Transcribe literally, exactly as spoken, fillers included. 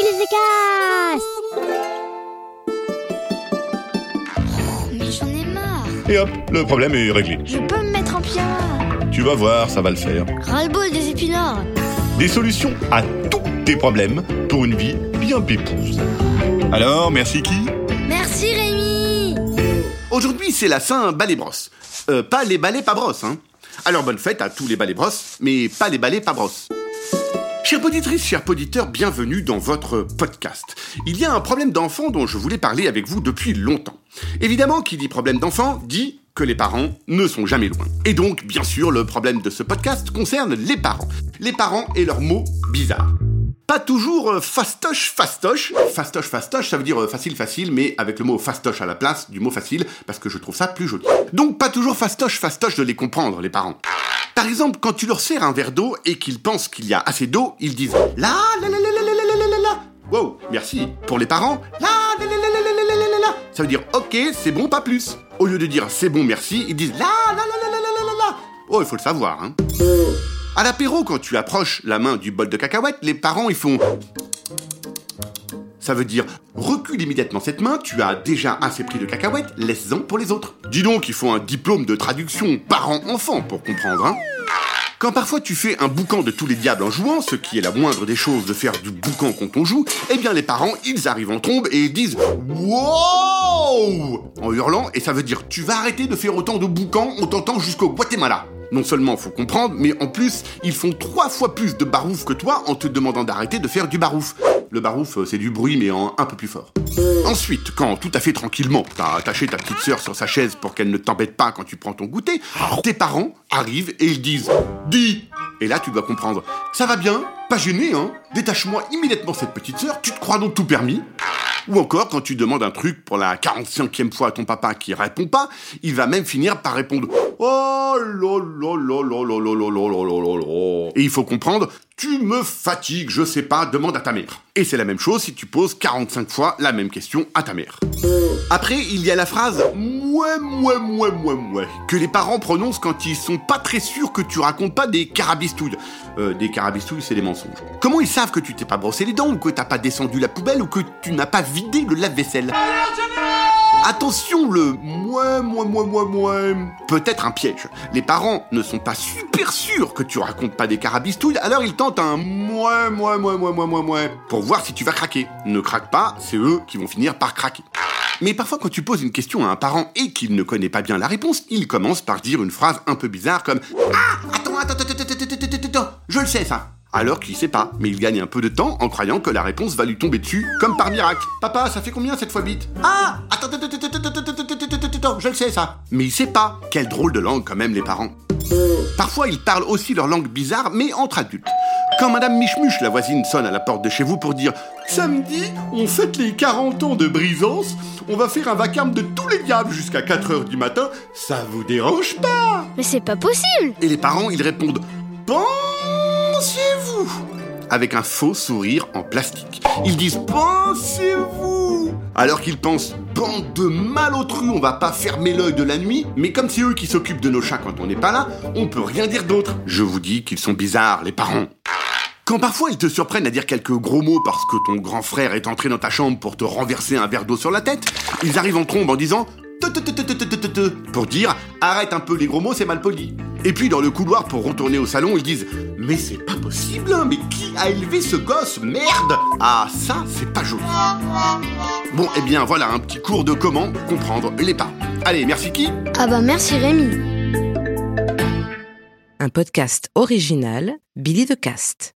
Billy de Cast. Oh, mais j'en ai marre. Et hop, le problème est réglé. Je peux me mettre en pyjama. Tu vas voir, ça va le faire. Ras-le-bol des épinards. Des solutions à tous tes problèmes pour une vie bien pépouse. Alors, merci qui ? Merci Rémi. Aujourd'hui, c'est la Saint-Balai-Brosse. Euh, pas les balais, pas brosse, hein. Alors bonne fête à tous les balais brosses, mais pas les balais, pas brosse. Chères auditrices, chers auditeurs, bienvenue dans votre podcast. Il y a un problème d'enfant dont je voulais parler avec vous depuis longtemps. Évidemment, qui dit problème d'enfant, dit que les parents ne sont jamais loin. Et donc, bien sûr, le problème de ce podcast concerne les parents. Les parents et leurs mots bizarres. Pas toujours euh, fastoche, fastoche. Fastoche, fastoche, ça veut dire euh, facile, facile, mais avec le mot fastoche à la place du mot facile, parce que je trouve ça plus joli. Donc pas toujours fastoche, fastoche de les comprendre, les parents. Par exemple, quand tu leur sers un verre d'eau et qu'ils pensent qu'il y a assez d'eau, ils disent la la la la la la la la la la. Wow, merci. Pour les parents, la la la la la la la la la la. Ça veut dire ok, c'est bon, pas plus. Au lieu de dire c'est bon, merci, ils disent la la la la la la la la. Oh, il faut le savoir, hein. À l'apéro, quand tu approches la main du bol de cacahuètes, les parents, ils font... Ça veut dire, recule immédiatement cette main, tu as déjà assez pris de cacahuètes, laisse-en pour les autres. Dis donc, il faut un diplôme de traduction parent-enfant pour comprendre, hein. Quand parfois tu fais un boucan de tous les diables en jouant, ce qui est la moindre des choses de faire du boucan quand on joue, eh bien les parents, ils arrivent en trombe et ils disent « Wow !» en hurlant, et ça veut dire « Tu vas arrêter de faire autant de boucans, on t'entend jusqu'au Guatemala !» Non seulement faut comprendre, mais en plus, ils font trois fois plus de barouf que toi en te demandant d'arrêter de faire du barouf. Le barouf, c'est du bruit, mais en un peu plus fort. Ensuite, quand tout à fait tranquillement, t'as attaché ta petite sœur sur sa chaise pour qu'elle ne t'embête pas quand tu prends ton goûter, tes parents arrivent et ils disent « Dis !» Et là, tu dois comprendre. Ça va bien ? Pas gêné, hein ? Détache-moi immédiatement cette petite sœur, tu te crois donc tout permis ? Ou encore, quand tu demandes un truc pour la quarante-cinquième fois à ton papa qui répond pas, il va même finir par répondre « Oh là là là là là là là là là là là » Et il faut comprendre, tu me fatigues, je sais pas, demande à ta mère. Et c'est la même chose si tu poses quarante-cinq fois la même question à ta mère. Après, il y a la phrase « mouais, mouais, mouais, mouais, mouais » que les parents prononcent quand ils sont pas très sûrs que tu racontes pas des carabistouilles. Euh, des carabistouilles, c'est des mensonges. Comment ils savent que tu t'es pas brossé les dents, ou que t'as pas descendu la poubelle, ou que tu n'as pas vidé le lave-vaisselle ? Attention, le « mouais, mouais, mouais, mouais, mouais » peut être un piège. Les parents ne sont pas super sûrs que tu racontes pas des carabistouilles, alors ils tentent un « mouais, mouais, mouais, mouais, mouais, mouais, mouais » pour voir si tu vas craquer. Ne craque pas, c'est eux qui vont finir par craquer. Mais parfois, quand tu poses une question à un parent et qu'il ne connaît pas bien la réponse, il commence par dire une phrase un peu bizarre comme « Ah, attends, attends, attends, attends, attends, attends, attends, attends, je le sais ça !» Alors qu'il sait pas, mais il gagne un peu de temps en croyant que la réponse va lui tomber dessus, comme par miracle. « Papa, ça fait combien cette fois huit ? Ah, attends, attends, attends, attends, attends, attends, attends, attends, attends, je le sais ça !» Mais il sait pas. Quelle drôle de langue quand même, les parents. Parfois, ils parlent aussi leur langue bizarre, mais entre adultes. Quand Madame Michmuche, la voisine, sonne à la porte de chez vous pour dire « Samedi, on fête les quarante ans de Brisance, on va faire un vacarme de tous les diables jusqu'à quatre heures du matin, ça vous dérange pas ?» Mais c'est pas possible. Et les parents, ils répondent « Pensez-vous » avec un faux sourire en plastique. Ils disent « Pensez-vous » alors qu'ils pensent « Bande de malotrus, on va pas fermer l'œil de la nuit », mais comme c'est eux qui s'occupent de nos chats quand on n'est pas là, on peut rien dire d'autre. Je vous dis qu'ils sont bizarres, les parents. Quand parfois ils te surprennent à dire quelques gros mots parce que ton grand frère est entré dans ta chambre pour te renverser un verre d'eau sur la tête, ils arrivent en trombe en disant te te te te te te te te pour dire arrête un peu les gros mots, c'est mal poli. Et puis dans le couloir pour retourner au salon, ils disent mais c'est pas possible, hein, mais qui a élevé ce gosse, merde. Ah ça c'est pas joli. Bon eh bien voilà un petit cours de comment comprendre les parents. Allez, merci qui ? Ah bah merci Rémi. Un podcast original Billy de Cast.